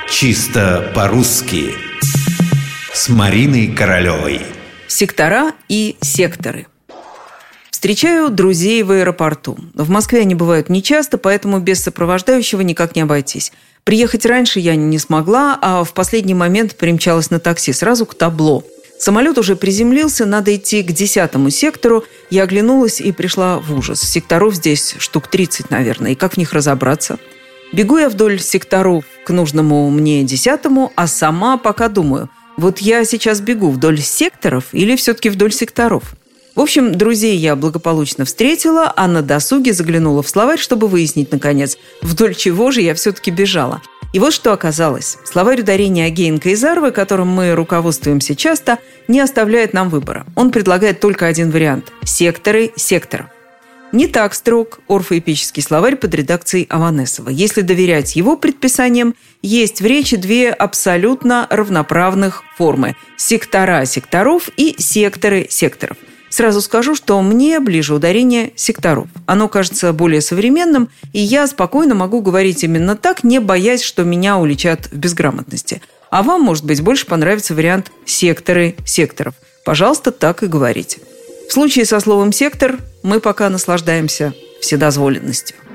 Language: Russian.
Чисто по-русски с Мариной Королевой. Сектора и секторы. Встречаю друзей в аэропорту. В Москве они бывают нечасто, поэтому без сопровождающего никак не обойтись. Приехать раньше я не смогла, а в последний момент примчалась на такси сразу к табло. Самолет уже приземлился, надо идти к 10-му сектору. Я оглянулась и пришла в ужас. Секторов здесь штук 30, наверное, и как в них разобраться? Бегу я вдоль секторов к нужному мне 10-му, а сама пока думаю, вот я сейчас бегу вдоль секторов или все-таки вдоль секторов? В общем, друзей я благополучно встретила, а на досуге заглянула в словарь, чтобы выяснить, наконец, вдоль чего же я все-таки бежала. И вот что оказалось. Словарь ударения Агеенко и Зарвы, которым мы руководствуемся часто, не оставляет нам выбора. Он предлагает только один вариант – секторы секторов. Не так строг орфоэпический словарь под редакцией Аванесова. Если доверять его предписаниям, есть в речи две абсолютно равноправных формы – сектора секторов и секторы секторов. Сразу скажу, что мне ближе ударение секторов. Оно кажется более современным, и я спокойно могу говорить именно так, не боясь, что меня уличат в безграмотности. А вам, может быть, больше понравится вариант секторы секторов. Пожалуйста, так и говорите. В случае со словом «сектор» мы пока наслаждаемся вседозволенностью.